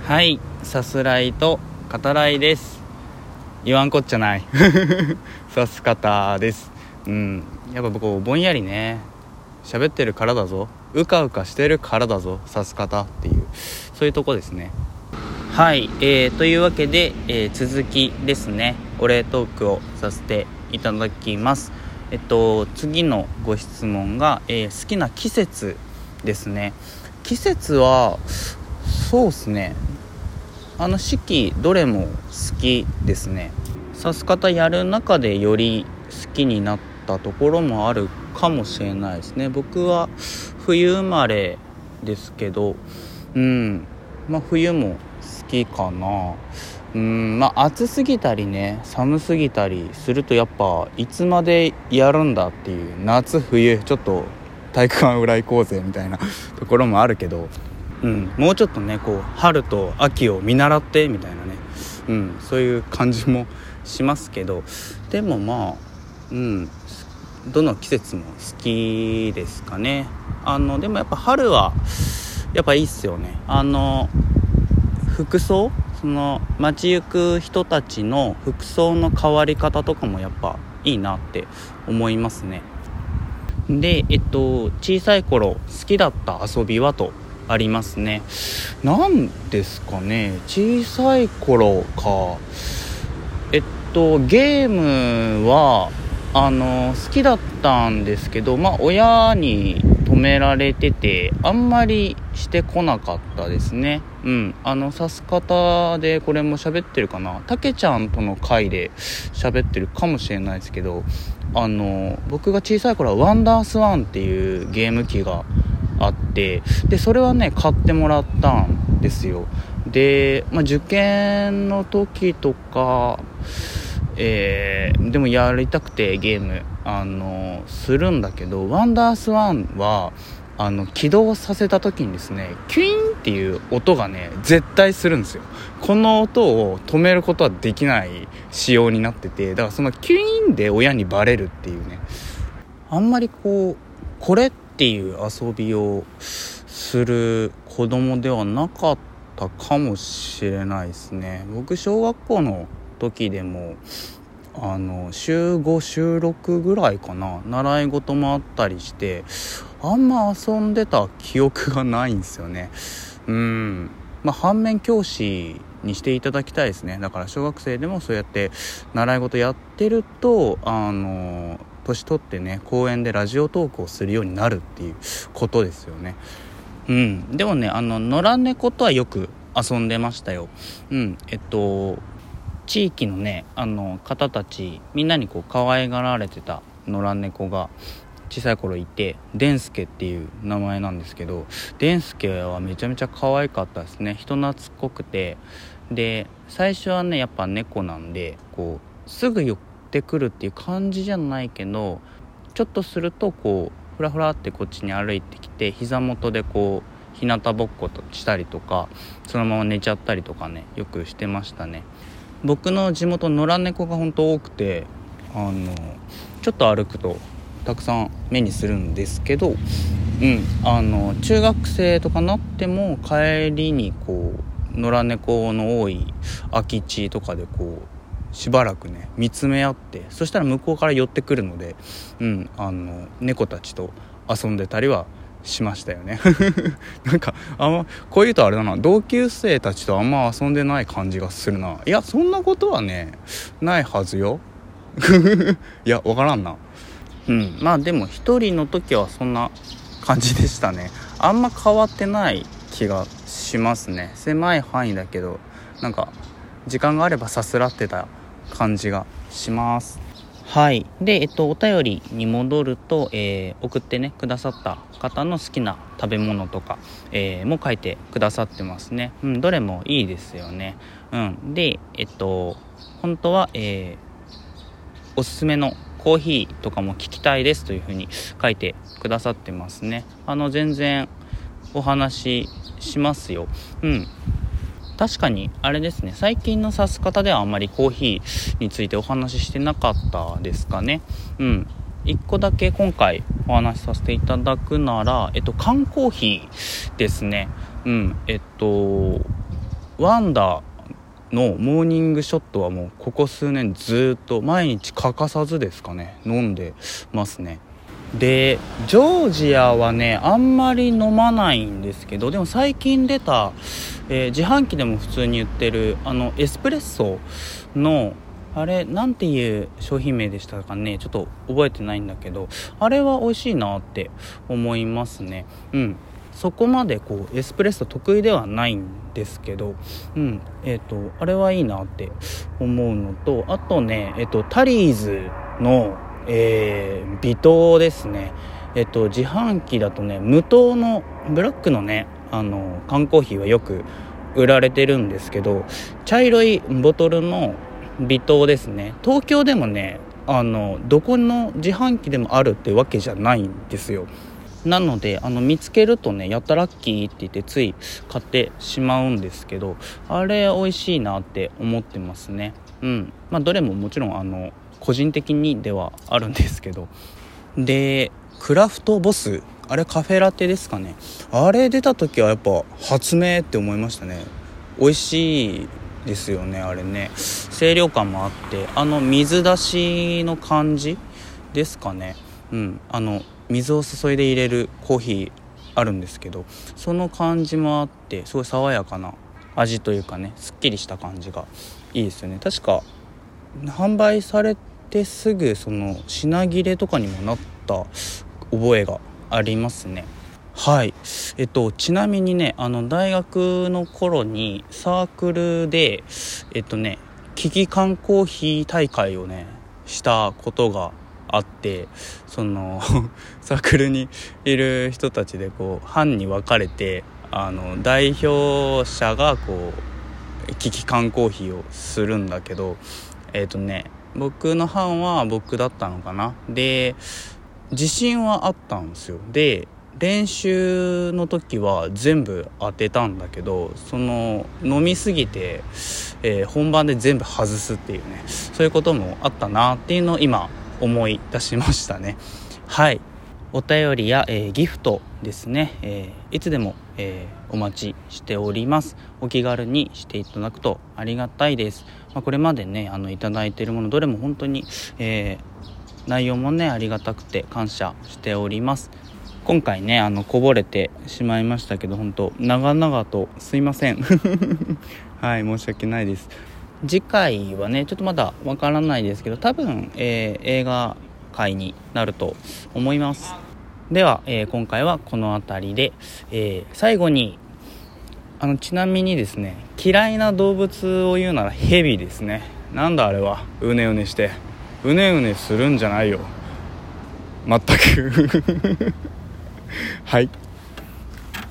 はい、さすらいと語らいです。言わんこっちゃないさす方です。やっぱ僕ぼんやりね喋ってるからだぞ、うかうかしてるからだぞ、さす方っていう、そういうとこですね。はい、というわけで、続きですね、お礼トークをさせていただきます。次のご質問が、好きな季節ですね。季節はそうですね、四季どれも好きですね。さす方やる中でより好きになったところもあるかもしれないですね。僕は冬生まれですけど、冬も好きかな。暑すぎたりね寒すぎたりするとやっぱいつまでやるんだっていう、夏冬ちょっと体育館裏行こうぜみたいなところもあるけど、もうちょっとねこう春と秋を見習ってみたいなね、そういう感じもしますけど、でもどの季節も好きですかね。でもやっぱ春はやっぱいいっすよね。服装、その街行く人たちの服装の変わり方とかもやっぱいいなって思いますね。で、小さい頃好きだった遊びはとありますね。なんですかね、小さい頃か。ゲームは好きだったんですけど、親に止められててあんまりしてこなかったですね。さす方でこれも喋ってるかな、たけちゃんとの回で喋ってるかもしれないですけど、僕が小さい頃はワンダースワンっていうゲーム機があって、でそれはね買ってもらったんですよ。で、受験の時とかでもやりたくてゲームするんだけど、ワンダースワンは起動させた時にですね、キュイーンっていう音がね絶対するんですよ。この音を止めることはできない仕様になってて、だからそのキュイーンで親にバレるっていうね、あんまりこれっていう遊びをする子供ではなかったかもしれないですね。僕小学校の時でも週5週6ぐらいかな、習い事もあったりしてあんま遊んでた記憶がないんですよね。反面教師にしていただきたいですね。だから小学生でもそうやって習い事やってると年取ってね公園でラジオトークをするようになるっていうことですよね。でもね野良猫とはよく遊んでましたよ。地域のね方たちみんなに可愛がられてた野良猫が小さい頃いて、デンスケっていう名前なんですけど、デンスケはめちゃめちゃ可愛かったですね。人懐っこくて、で最初はねやっぱ猫なんですぐ寄ってくるっていう感じじゃないけど、ちょっとするとふらふらってこっちに歩いてきて膝元で日向ぼっことしたりとか、そのまま寝ちゃったりとかねよくしてましたね。僕の地元野良猫が本当多くてちょっと歩くとたくさん目にするんですけど、中学生とかなっても帰りに野良猫の多い空き地とかでしばらくね見つめ合って、そしたら向こうから寄ってくるので、猫たちと遊んでたりはしましたよねなんかこういうとあれだな、同級生たちとあんま遊んでない感じがするな。いやそんなことはねないはずよいやわからんな。でも一人の時はそんな感じでしたね。あんま変わってない気がしますね。狭い範囲だけどなんか時間があればさすらってた感じがします。はい。で、お便りに戻ると、送ってねくださった方の好きな食べ物とか、も書いてくださってますね。どれもいいですよね。で、本当は、おすすめのコーヒーとかも聞きたいですというふうに書いてくださってますね。全然お話ししますよ。確かにあれですね、最近のさす方ではあんまりコーヒーについてお話ししてなかったですかね。一個だけ今回お話しさせていただくなら、缶コーヒーですね。 ワンダのモーニングショットはもうここ数年ずっと毎日欠かさずですかね飲んでますね。でジョージアはねあんまり飲まないんですけど、でも最近出た、自販機でも普通に売ってるエスプレッソのあれなんていう商品名でしたかね、ちょっと覚えてないんだけど、あれは美味しいなって思いますね。そこまでこうエスプレッソ得意ではないんですけど、あれはいいなって思うのと、あとねタリーズの微糖ですね。自販機だとね無糖のブラックのね缶コーヒーはよく売られてるんですけど、茶色いボトルの微糖ですね。東京でもねどこの自販機でもあるってわけじゃないんですよ。なので見つけるとねやったラッキーって言ってつい買ってしまうんですけど、あれ美味しいなって思ってますね。どれももちろん個人的にではあるんですけど、でクラフトボス、あれカフェラテですかね、あれ出た時はやっぱ発明って思いましたね。美味しいですよねあれね。清涼感もあって水出しの感じですかね。水を注いで入れるコーヒーあるんですけど、その感じもあってすごい爽やかな味というかね、すっきりした感じがいいですよね。確か販売されてすぐその品切れとかにもなった覚えがありますね。はい。ちなみにね大学の頃にサークルで危機缶コーヒー大会をねしたことがあって、そのサークルにいる人たちでこう班に分かれて代表者がこう危機缶コーヒーをするんだけど、僕の班は僕だったのかな。で自信はあったんですよ。で練習の時は全部当てたんだけど、その飲みすぎて、本番で全部外すっていうね、そういうこともあったなっていうのを今思い出しましたね。はい。お便りや、ギフトですね、いつでも、お待ちしております。お気軽にしていただくとありがたいです。これまでねいただいているものどれも本当に、内容もねありがたくて感謝しております。今回ねこぼれてしまいましたけど、本当長々とすいませんはい申し訳ないです。次回はねちょっとまだわからないですけど、多分、映画会になると思います。では、今回はこの辺りで、最後にちなみにですね、嫌いな動物を言うならヘビですね。なんだあれは、うねうねしてうねうねするんじゃないよ全くはい。